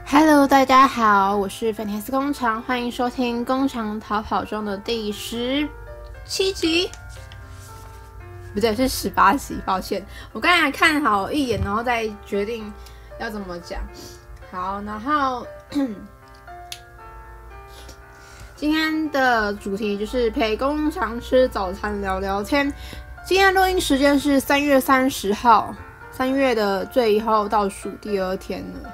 Hello， 大家好，我是粉田斯工厂，欢迎收听《工厂逃跑中》的第17集，不对，是18集，抱歉，我刚才看好一眼，然后再决定要怎么讲。好，然后今天的主题就是陪工厂吃早餐聊聊天。今天录音时间是3月30号，3月的最后倒数第2天了。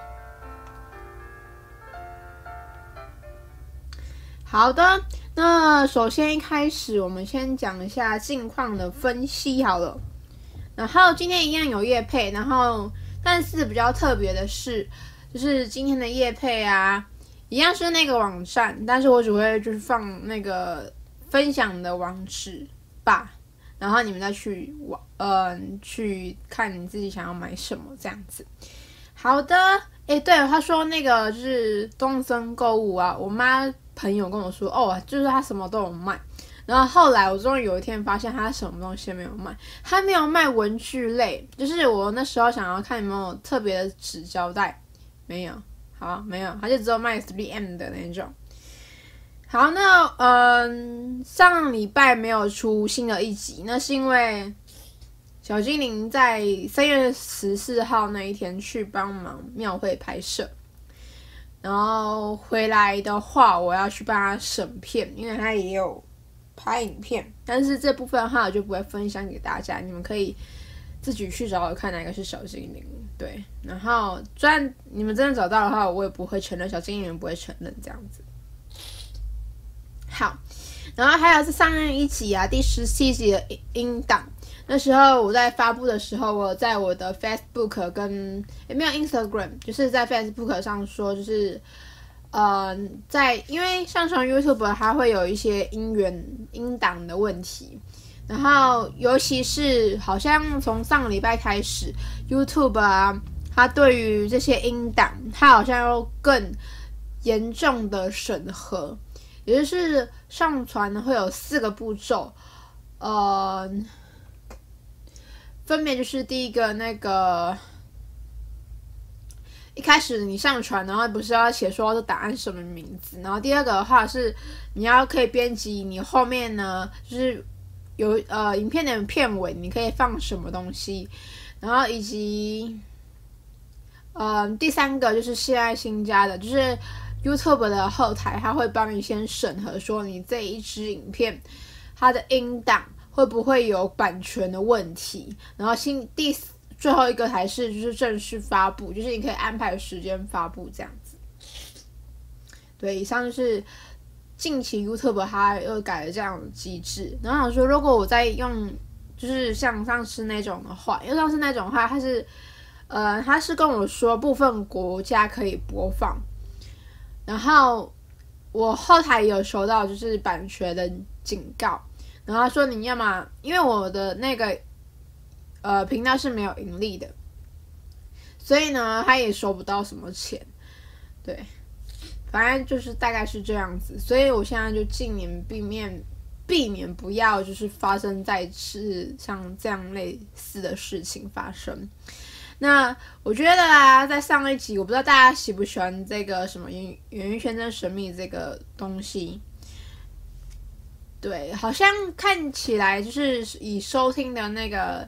好的，那首先一开始我们先讲一下近况的分析好了。然后今天一样有业配，但是比较特别的是，就是今天的业配啊，一样是那个网站，但是我只会就是放那个分享的网址吧，然后你们再去去看你自己想要买什么这样子。好的，对，他说那个就是东森购物啊，我妈朋友跟我说，就是他什么都有卖。然后后来我终于有一天发现他什么东西没有卖，他没有卖文具类，就是我那时候想要看有没有特别的纸胶带，没有，好，没有，他就只有卖 3M 的那种。好，那上礼拜没有出新的一集，那是因为小精灵在3月14号那一天去帮忙庙会拍摄，然后回来的话，我要去帮他审片，因为他也有拍影片，但是这部分的话我就不会分享给大家，你们可以自己去找看哪个是小精灵。对，然后虽然你们真的找到的话，我也不会承认，小精灵不会承认这样子。好，然后还有是上一集啊，第17集的音档。那时候我在发布的时候，我在我的 Facebook 跟没有 Instagram， 就是在 Facebook 上说，就是因为上传 YouTube 它会有一些音档的问题，然后尤其是好像从上个礼拜开始 YouTube 啊，它对于这些音档，它好像要更严重的审核，也就是上传会有4个步骤，分别就是第一个那个一开始你上传，然后不是要写说这档案什么名字，然后第二个的话是你要可以编辑你后面呢就是有影片的片尾你可以放什么东西，然后以及第3个就是现在新加的，就是 YouTube 的后台它会帮你先审核说你这一支影片它的音档会不会有版权的问题，然后最后一个才是就是正式发布，就是你可以安排时间发布这样子。对，以上就是近期 YouTube 它又改了这样的机制。然后想说，如果我再用就是像上次那种的话，因为上次那种的话，它是跟我说部分国家可以播放，然后我后台有收到就是版权的警告。然后他说你要嘛，因为我的那个频道是没有盈利的，所以呢他也收不到什么钱。对，反正就是大概是这样子，所以我现在就尽量避免不要就是发生再次像这样类似的事情发生。那我觉得啊，在上一集我不知道大家喜不喜欢这个什么演艺圈真神秘这个东西。对，好像看起来就是以收听的那个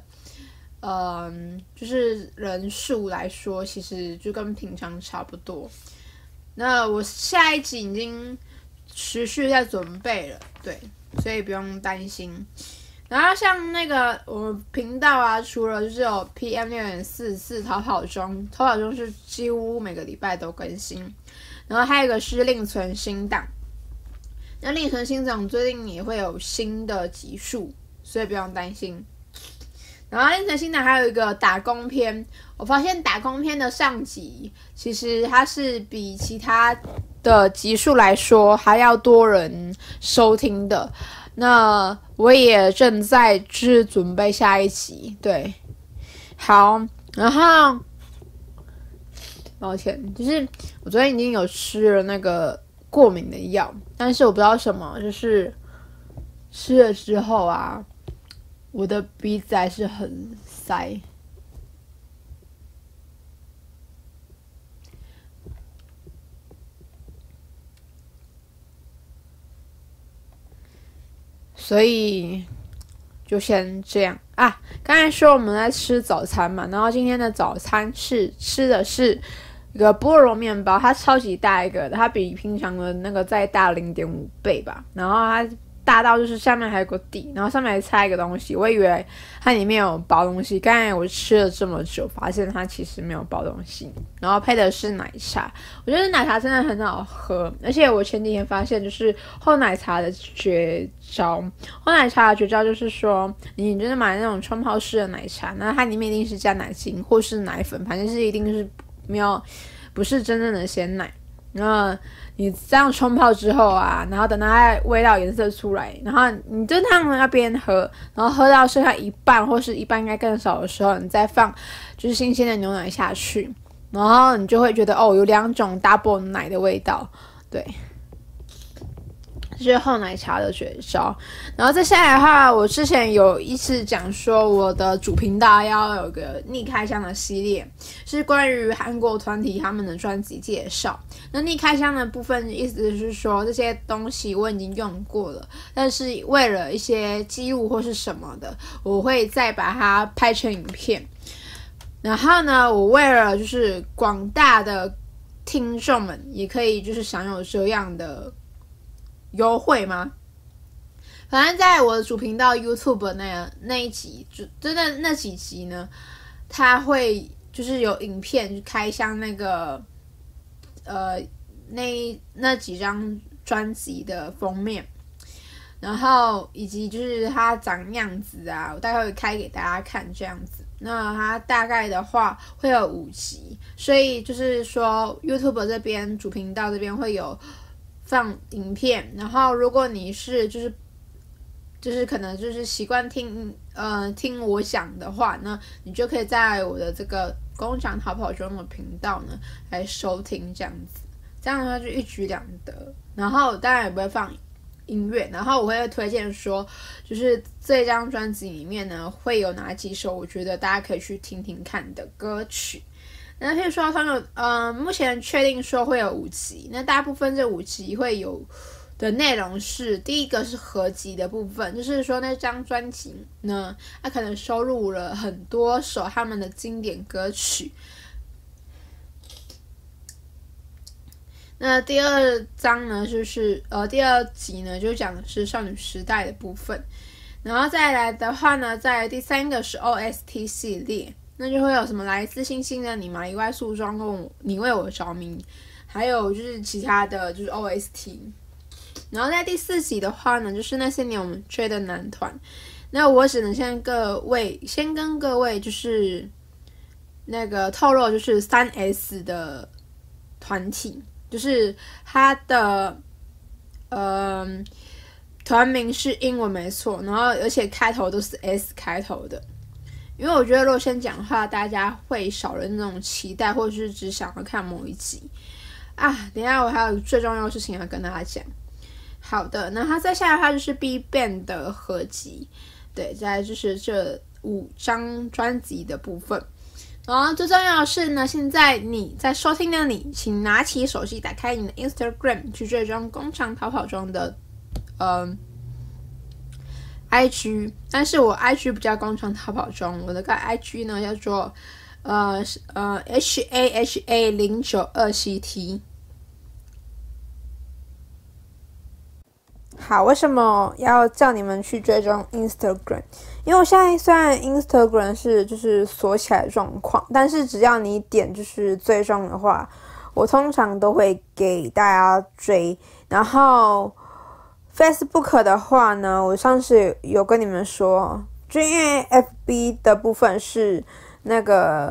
就是人数来说，其实就跟平常差不多。那我下一集已经持续在准备了，对，所以不用担心。然后像那个我们频道啊，除了就是有 PM6.44 逃跑中是几乎每个礼拜都更新，然后还有一个是另存新档。那另存新档最近也会有新的集数，所以不用担心。然后另存新档还有一个打工篇，我发现打工篇的上集其实它是比其他的集数来说还要多人收听的。那我也正在就是准备下一集，对，好，然后抱歉，就是我昨天已经有吃了那个过敏的药，但是我不知道什么，就是吃了之后啊，我的鼻子还是很塞。 所以就先这样啊。刚才说我们在吃早餐嘛，然后今天的早餐吃的是一个菠萝面包，它超级大一个的，它比平常的那个再大0.5倍吧，然后它大到就是下面还有个底，然后上面还插一个东西，我以为它里面有包东西，刚才我吃了这么久，发现它其实没有包东西，然后配的是奶茶，我觉得奶茶真的很好喝，而且我前几天发现就是喝奶茶的绝招，喝奶茶的绝招就是说，你就是买那种冲泡式的奶茶，然后它里面一定是加奶精或是奶粉，反正是一定是不是真正的鲜奶。然后你这样冲泡之后啊，然后等它味道颜色出来，然后你就那样那边喝，然后喝到剩下一半或是一半应该更少的时候，你再放就是新鲜的牛奶下去，然后你就会觉得有2种 double 奶的味道，对。这是喝奶茶的绝招。然后再下来的话，我之前有一次讲说我的主频道要有个逆开箱的系列，是关于韩国团体他们的专辑介绍。那逆开箱的部分意思是说这些东西我已经用过了，但是为了一些记录或是什么的，我会再把它拍成影片。然后呢，我为了就是广大的听众们也可以就是享有这样的优惠吗？反正在我的主频道 YouTube 那一集，就那几集呢，它会就是有影片开箱那个那几张专辑的封面，然后以及就是它长样子啊，我大概会开给大家看这样子。那它大概的话会有5集，所以就是说 YouTube 这边主频道这边会有放影片，然后如果你是就是可能就是习惯听我讲的话呢，你就可以在我的这个工厂逃跑中的频道呢来收听这样子，这样的话就一举两得。然后当然也不会放音乐，然后我会推荐说，就是这张专辑里面呢会有哪几首我觉得大家可以去听听看的歌曲。那譬如说他们目前确定说会有5集，那大部分这5集会有的内容是，第一个是合集的部分，就是说那张专辑呢，它可能收录了很多首他们的经典歌曲。那第二章呢，就是第二集呢，就讲的是少女时代的部分，然后再来的话呢，在第3个是 OST 系列。那就会有什么来自星星的你、玛丽外束装跟你为我着迷，还有就是其他的就是 OST。然后在第4集的话呢，就是那些年我们追的男团。那我只能先跟各位就是那个透露，就是 3S 的团体，就是他的团名是英文没错，然后而且开头都是 S 开头的。因为我觉得如果先讲的话，大家会少了那种期待，或者是只想要看某一集啊。等一下我还有最重要的事情要跟大家讲。好的，那它再下来的话就是 BigBang 的合集，对，再来就是这5张专辑的部分。然后最重要的是呢，现在你在收听的你，请拿起手机，打开你的 Instagram 去追踪工厂逃跑中的IG， 但是我 IG 不叫工厂逃跑中，我的个 IG 呢叫做HAHA092CT。好，为什么要叫你们去追踪 Instagram？ 因为我现在虽然 Instagram 是就是锁起来的状况，但是只要你点就是追踪的话，我通常都会给大家追。然后Facebook 的话呢，我上次有跟你们说，就因为 FB 的部分是那个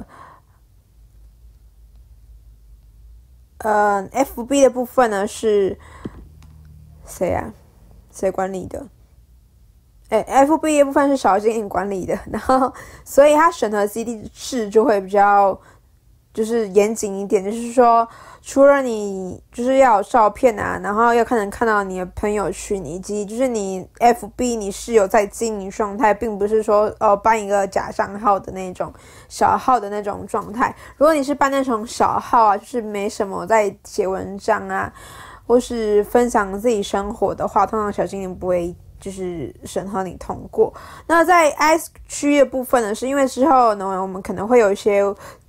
FB 的部分呢是谁啊？谁管理的？FB 的部分是小经营管理的，然后所以他审核机制就会比较就是严谨一点，就是说除了你就是要有照片啊，然后要看到你的朋友圈，以及就是你 FB 你是有在经营状态，并不是说办一个假账号的那种小号的那种状态。如果你是办那种小号啊，就是没什么在写文章啊，或是分享自己生活的话，通常小精灵不会就是审核你通过。那在 IG 的部分呢，是因为之后呢，我们可能会有一些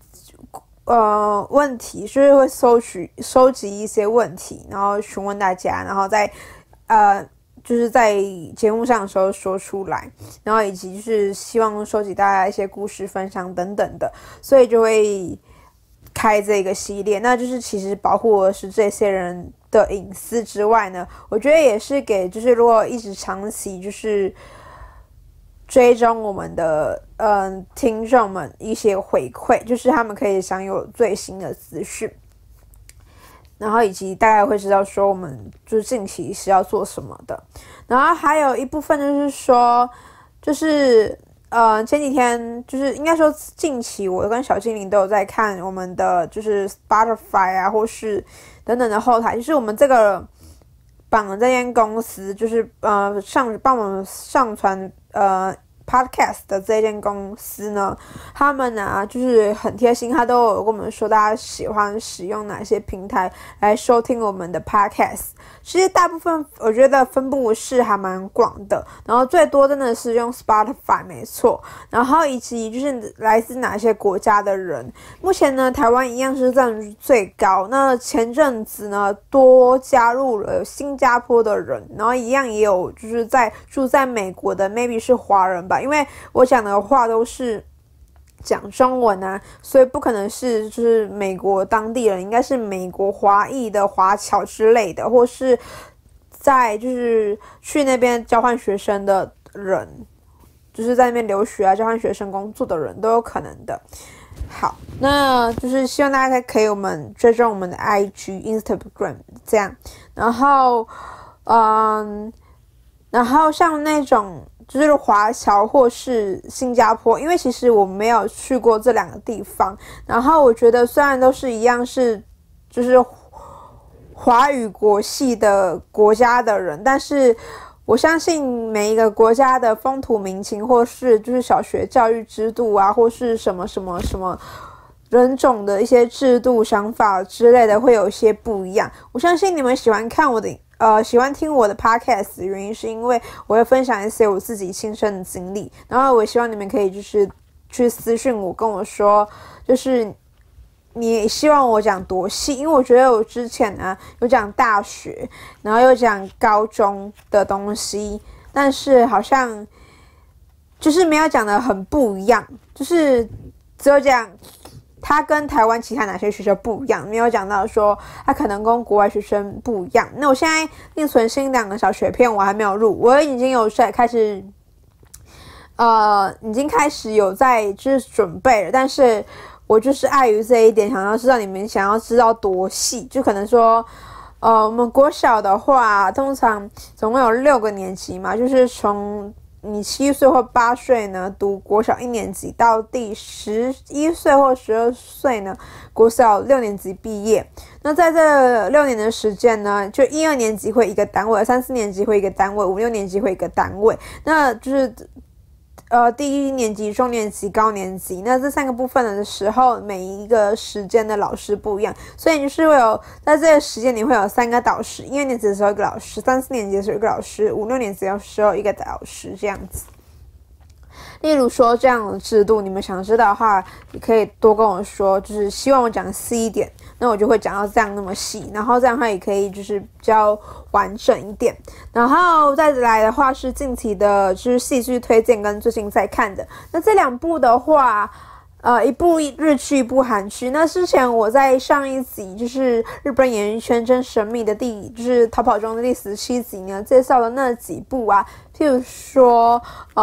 问题，就是会收集一些问题，然后询问大家，然后就是在节目上的时候说出来，然后以及就是希望收集大家一些故事分享等等的，所以就会开这个系列。那就是其实保护的是这些人的隐私之外呢，我觉得也是给就是如果一直长期就是追踪我们的听众们一些回馈，就是他们可以享有最新的资讯，然后以及大概会知道说我们就是近期是要做什么的。然后还有一部分就是说，就是前几天就是应该说近期我跟小精灵都有在看我们的就是 Spotify 啊或是等等的后台，就是我们这个绑的这间公司就是帮我们上传podcast 的这间公司呢，他们呢就是很贴心，他都有跟我们说大家喜欢使用哪些平台来收听我们的 podcast。其实大部分我觉得分布式还蛮广的，然后最多真的是用 Spotify 没错，然后以及就是来自哪些国家的人。目前呢，台湾一样是占最高。那前阵子呢，多加入了新加坡的人，然后一样也有就是住在美国的 maybe 是华人吧，因为我讲的话都是讲中文啊，所以不可能是就是美国当地人，应该是美国华裔的华侨之类的，或是在就是去那边交换学生的人，就是在那边留学啊、交换学生工作的人都有可能的。好，那就是希望大家可以追踪我们的 IG、Instagram 这样，然后像那种就是华侨或是新加坡，因为其实我没有去过这两个地方，然后我觉得虽然都是一样是就是华语国系的国家的人，但是我相信每一个国家的风土民情或是就是小学教育制度啊，或是什么人种的一些制度想法之类的会有一些不一样。我相信你们喜欢听我的 podcast 的原因是因为我会分享一些我自己亲身的经历，然后我希望你们可以就是去私讯我跟我说，就是你希望我讲多细，因为我觉得我之前呢有讲大学，然后又讲高中的东西，但是好像就是没有讲的很不一样，就是只有讲他跟台湾其他哪些学校不一样，没有讲到说他可能跟国外学生不一样。那我现在另存新2个小雪片我还没有录，我已经有开始有在就是准备了，但是我就是碍于这一点，想要知道你们想要知道多细，就可能说我们国小的话通常总共有6个年级嘛，就是从你7岁或8岁呢读国小1年级，到第11岁或12岁呢国小6年级毕业。那在这6年的时间呢，就1、2年级会一个单位，3、4年级会一个单位，5、6年级会一个单位，那就是第1年级、中年级、高年级，那这3个部分的时候，每一个时间的老师不一样，所以就是会有在这个时间你会有3个导师，1、2年级的时候1个老师，3、4年级的时候1个老师，5、6年级的时候1个导师这样子。例如说这样的制度，你们想知道的话，也可以多跟我说，就是希望我讲细一点，那我就会讲到这样那么细，然后这样的话也可以就是比较完整一点。然后再来的话是近期的就是戏剧推荐跟最近在看的，那这2部的话一部日剧一部韩剧。那之前我在上一集就是日本演艺圈真神秘的就是逃跑中的第17集呢，介绍了那几部啊，譬如说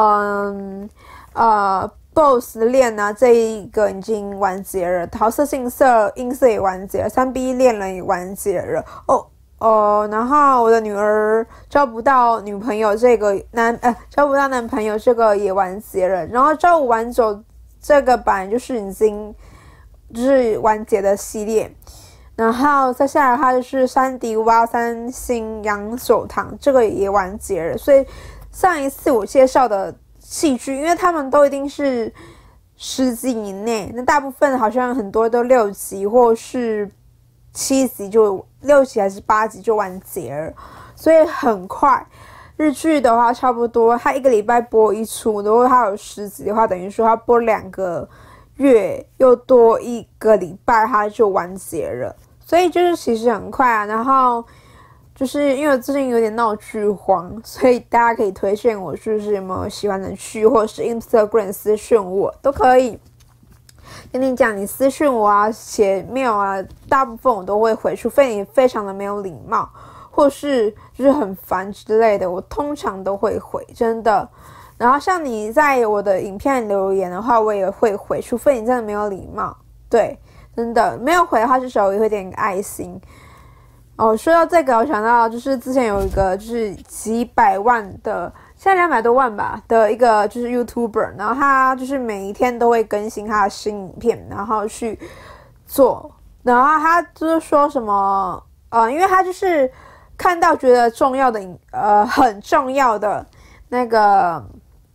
Boss 的恋啊，这一个已经完结了，桃色音色也完结了，3B 恋人也完结了然后我的女儿交不到女朋友交不到男朋友这个也完结了，然后朝五晚九这个版就是已经就是完结的系列，然后再下来的话就是山迪蛙三星洋手堂这个也完结了。所以上一次我介绍的戏剧，因为他们都一定是10集以内，那大部分好像很多都6集或是7集，就6集还是8集就完结了，所以很快。 日剧的话，差不多它1个礼拜播一出，如果它有10集的话，等于说它播2个月又多1个礼拜，它就完结了。所以就是其实很快啊。然后就是因为我最近有点闹剧荒，所以大家可以推荐我，就是有没有喜欢的剧，或者是 Instagram 私讯我都可以。跟你讲，你私讯我啊，写 mail 啊，大部分我都会回，除非你非常的没有礼貌，或是就是很烦之类的，我通常都会回，真的。然后像你在我的影片留言的话，我也会回，除非你真的没有礼貌，对，真的没有回的话，至少我也会点个爱心。哦，说到这个，我想到就是之前有一个就是几百万的，现在200多万吧的一个就是 YouTuber， 然后他就是每一天都会更新他的新影片，然后去做，然后他就是说什么因为他就是看到觉得重要的很重要的那个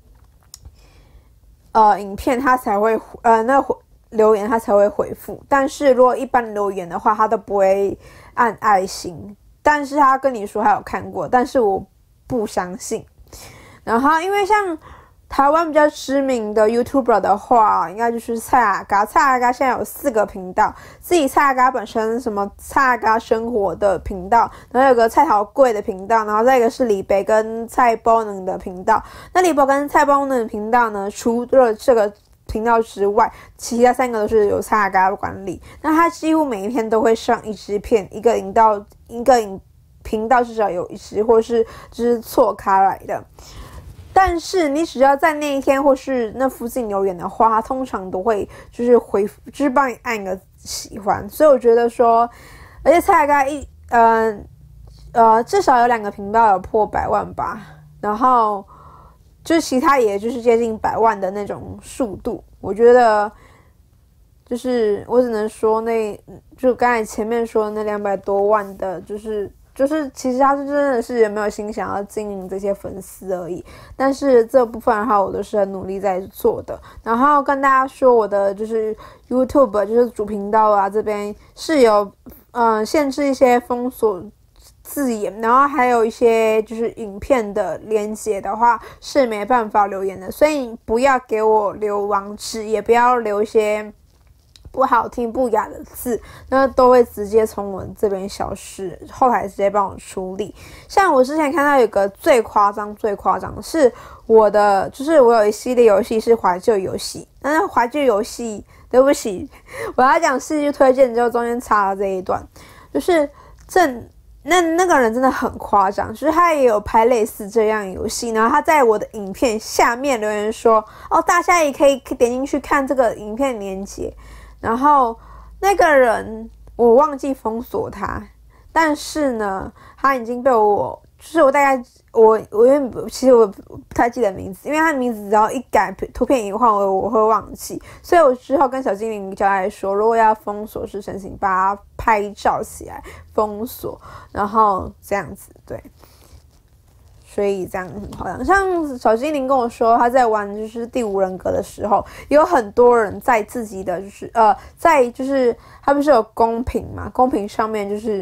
影片，他才会留言他才会回复，但是如果一般留言的话，他都不会按爱心。但是他跟你说他有看过，但是我不相信。然后因为像台湾比较知名的 YouTuber 的话，应该就是蔡阿嘎。蔡阿嘎现在有4个频道，自己蔡阿嘎本身什么蔡阿嘎生活的频道，然后有个蔡桃贵的频道，然后再一个是李北跟蔡包能的频道。那李北跟蔡包能的频道呢，除了这个频道之外，其他3个都是由蔡阿嘎管理。那他几乎每一天都会上1支片，一个频道至少有1支，或是就是错开来的。但是你只要在那一天或是那附近留言的话，他通常都会就是回复，就是帮你按个喜欢。所以我觉得说，而且蔡阿嘎至少有2个频道有破100万吧，然后就是其他也就是接近100万的那种速度。我觉得就是我只能说就刚才前面说的那200多万的，就是其实他是真的是有没有心想要经营这些粉丝而已，但是这部分的话我都是很努力在做的。然后跟大家说我的就是 YouTube 就是主频道啊，这边是有限制一些封锁字眼，然后还有一些就是影片的连结的话是没办法留言的，所以不要给我留网址，也不要留一些不好听不雅的字，那都会直接从我这边消失，后台直接帮我处理。像我之前看到有个最夸张是我的，就是我有一系列游戏是怀旧游戏，但是怀旧游戏对不起，我要讲戏剧推荐之后中间插了这一段，就是那个人真的很夸张，就是他也有拍类似这样的游戏，然后他在我的影片下面留言说，大家也可以点进去看这个影片连结。然后那个人我忘记封锁他，但是呢，他已经被就是我大概其实我不太记得名字，因为他的名字只要一改，图片一换我会忘记，所以我之后跟小精灵交代说，如果要封锁是诚请把它拍照起来封锁，然后这样子对。所以这样好像小精灵跟我说，他在玩就是第5人格的时候，有很多人在自己的就是他不是有公屏嘛，公屏上面就是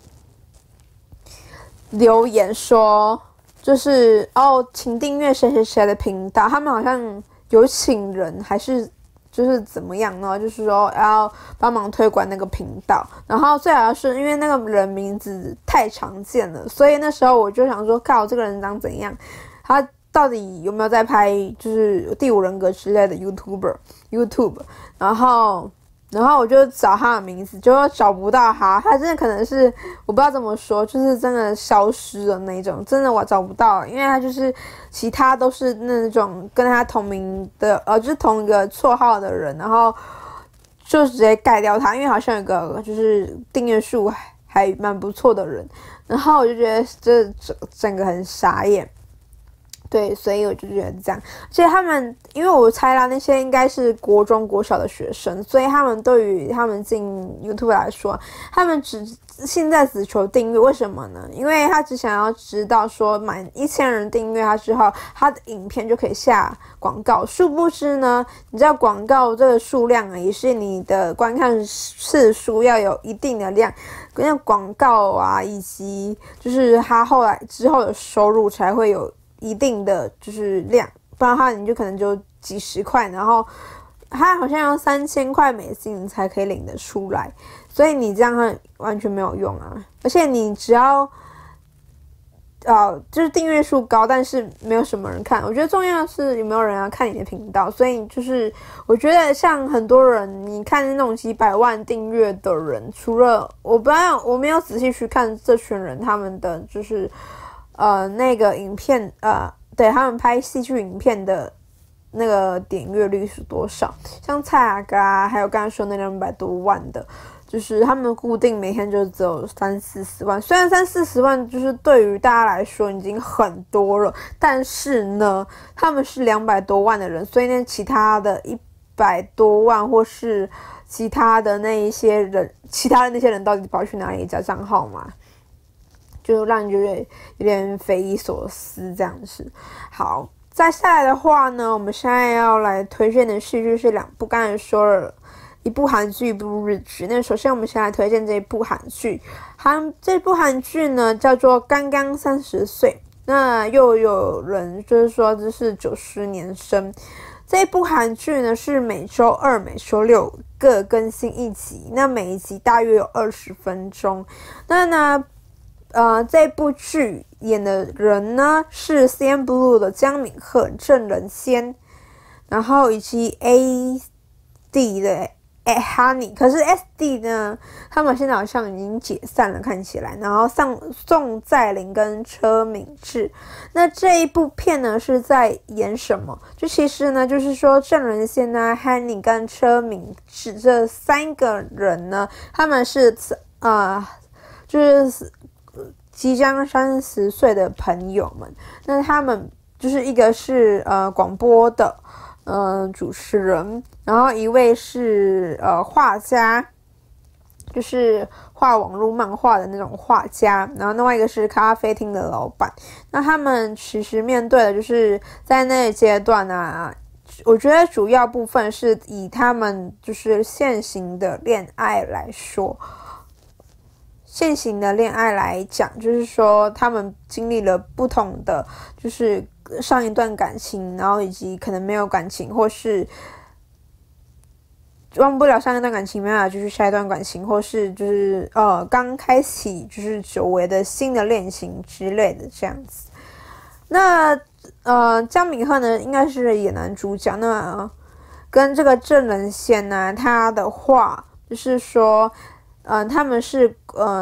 留言说，就是请订阅谁谁谁的频道，他们好像有请人还是就是怎么样呢？就是说要帮忙推广那个频道，然后最好是因为那个人名字太常见了，所以那时候我就想说，靠，这个人长怎样？他到底有没有在拍就是第5人格之类的 YouTube？ 然后我就找他的名字，就找不到他，他真的可能是我不知道怎么说，就是真的消失了那种，真的我找不到，因为他就是其他都是那种跟他同名的，就是同一个绰号的人，然后就直接盖掉他，因为好像有个就是订阅数还蛮不错的人，然后我就觉得这整个很傻眼。 对，所以我就觉得这样，而且他们，因为我猜啦，那些应该是国中、国小的学生，所以他们对于他们进 YouTube 来说，他们现在只求订阅，为什么呢？因为他只想要知道说满1000人订阅他之后，他的影片就可以下广告。殊不知呢，你知道广告这个数量啊，也是你的观看次数要有一定的量，那广告啊，以及就是他之后的收入才会有一定的就是量，不然的话你就可能就几十块，然后他好像要3000块美金你才可以领得出来，所以你这样完全没有用啊！而且你只要就是订阅数高，但是没有什么人看。我觉得重要的是有没有人要看你的频道，所以就是我觉得像很多人，你看那种几百万订阅的人，除了我没有仔细去看这群人他们的就是那个影片对他们拍戏剧影片的那个点阅率是多少？像蔡阿嘎还有刚才说那200多万的。就是他们固定每天就只有30-40万，虽然30-40万就是对于大家来说已经很多了，但是呢，他们是200多万的人，所以呢，其他的100多万或是其他的那些人到底跑去哪里加账号嘛？就让你觉得有点匪夷所思这样子。好，再下来的话呢，我们现在要来推荐的戏剧是2部，刚才说了。一部韩剧，一部日剧。那首先我们先来推荐这一部韩剧。这部韩剧呢叫做《刚刚30岁》。那又有人就是说这是90年生。这一部韩剧呢是每周2、每周6各更新一集。那每一集大约有20分钟。那呢，这部剧演的人呢是 CNBLUE 的姜敏赫、郑仁仙，然后以及 AD 的。Honey， 可是 SD 呢？他们现在好像已经解散了，看起来。然后宋在霖跟车敏智，那这一部片呢是在演什么？就其实呢，就是说郑仁仙呢、Honey 跟车敏智这3个人呢，他们是就是即将30岁的朋友们。那他们就是一个是广播的。主持人，然后一位是画家，就是画网络漫画的那种画家，然后另外一个是咖啡厅的老板。那他们其实面对的就是在那个阶段啊，我觉得主要部分是以他们就是现行的恋爱来说。现行的恋爱来讲，就是说他们经历了不同的，就是上一段感情，然后以及可能没有感情，或是忘不了上一段感情，没办法继续下一段感情，或是就是刚开启就是久违的新的恋情之类的这样子。那姜敏赫呢，应该是演男主角。那跟这个郑仁仙呢，他的话就是说。他们是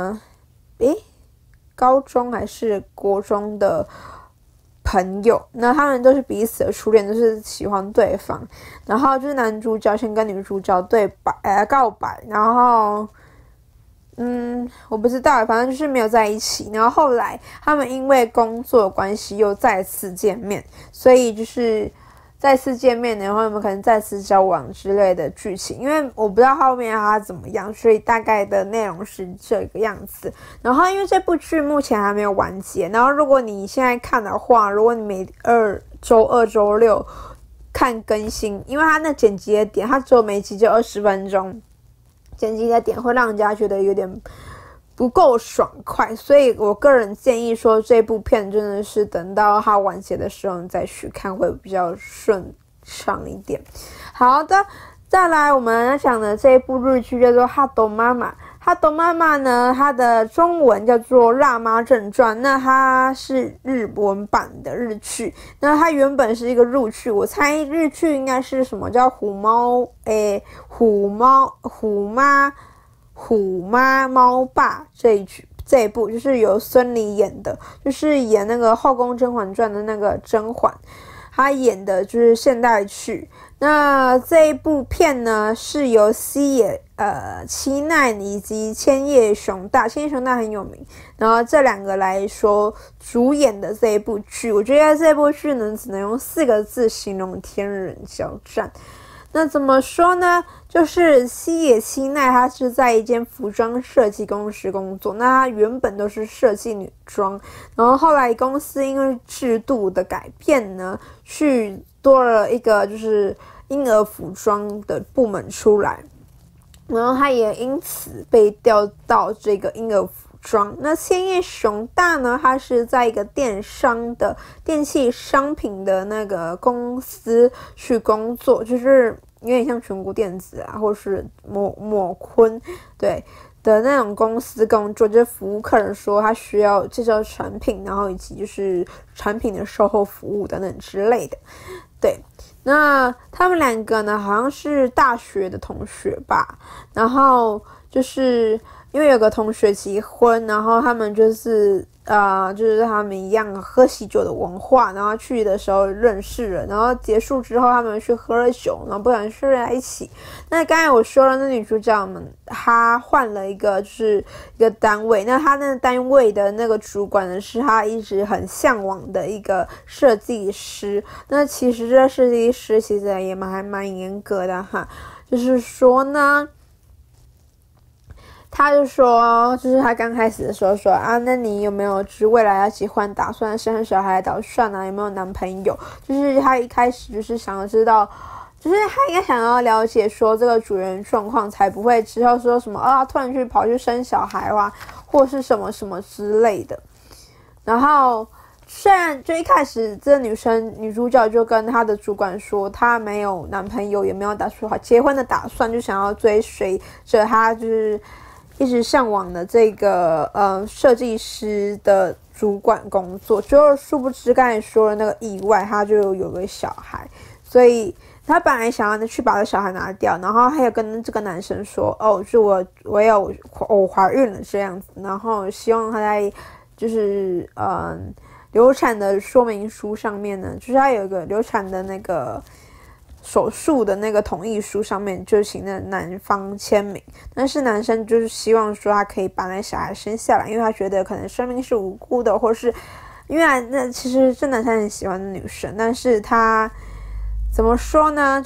高中还是国中的朋友，那他们都是彼此的初恋，都是喜欢对方。然后就是男主角先跟女主角告白，然后我不知道，反正就是没有在一起。然后后来他们因为工作关系又再次见面，所以就是再次见面，然后他们可能再次交往之类的剧情，因为我不知道后面他怎么样，所以大概的内容是这个样子。然后因为这部剧目前还没有完结，然后如果你现在看的话，如果你每周2、周6看更新，因为他那剪辑的点，他只有每集就20分钟，剪辑的点会让人家觉得有点不够爽快，所以我个人建议说，这部片真的是等到它完结的时候你再去看会比较顺畅一点。好的，再来我们要讲的这一部日剧叫做《哈斗妈妈》。哈斗妈妈呢，它的中文叫做《辣妈正传》，那它是日文版的日剧。那它原本是一个日剧，我猜日剧应该是什么叫虎妈猫爸这一部，就是由孙俪演的，就是演那个《后宫甄嬛传》的那个甄嬛。 他演的就是现代剧。那这一部片呢，是由西野七奈以及千叶雄大很有名，然后这两个来说主演的这一部剧，我觉得这部剧呢只能用4个字形容：天人交战。那怎么说呢？就是西野七奈，她是在一间服装设计公司工作。那她原本都是设计女装，然后后来公司因为制度的改变呢，去多了一个就是婴儿服装的部门出来，然后她也因此被调到这个婴儿服装。那千叶雄大呢，他是在一个电器商品的那个公司去工作，就是有点像全国电子啊，或是抹坤对的那种公司工作，就是服务客人说他需要介绍产品，然后以及就是产品的售后服务等等之类的。对，那他们两个呢，好像是大学的同学吧，然后就是因为有个同学结婚，然后他们就是他们一样喝喜酒的文化，然后去的时候认识了，然后结束之后他们去喝了酒，然后不小心睡在一起。那刚才我说了，那女主角们她换了一个单位，那她那个单位的那个主管呢，是她一直很向往的一个设计师。那其实这设计师其实也还蛮严格的哈，就是说呢。他就说，就是他刚开始的时候说啊，那你有没有就是未来要结婚打算、生小孩打算啊？有没有男朋友？就是他一开始就是想要知道，就是他应该想要了解说这个主人状况，才不会之后说什么突然跑去生小孩啊，或是什么什么之类的。然后虽然就一开始这个女主角就跟她的主管说，她没有男朋友，也没有结婚的打算，就想要追随着她就是一直向往的这个设计师的主管工作。就殊不知刚才说的那个意外，她就有个小孩，所以她本来想要去把这小孩拿掉，然后还有跟这个男生说就我怀孕了这样子，然后希望他在就是流产的说明书上面呢，就是他有一个流产的那个手术的那个同意书上面就请那男方签名，但是男生就是希望说他可以把那小孩生下来，因为他觉得可能生命是无辜的，或是因为那其实这男生很喜欢的女生，但是他怎么说呢，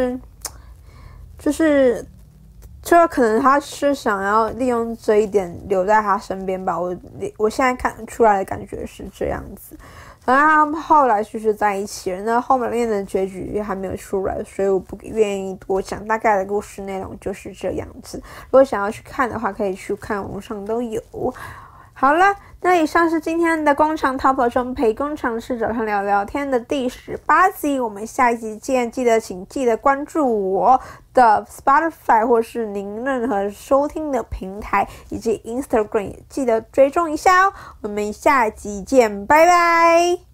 就可能他是想要利用这一点留在他身边吧，我现在看出来的感觉是这样子。反正他们后来就是在一起了，那后面的结局还没有出来，所以我不愿意多讲，大概的故事内容就是这样子。如果想要去看的话，可以去看，网上都有。好了，那以上是今天的工厂 Top 中陪工厂师早上聊聊天的第18集，我们下一集见，请记得关注我的 Spotify 或是您任何收听的平台，以及 Instagram 也记得追踪一下哦。我们下集见，拜拜。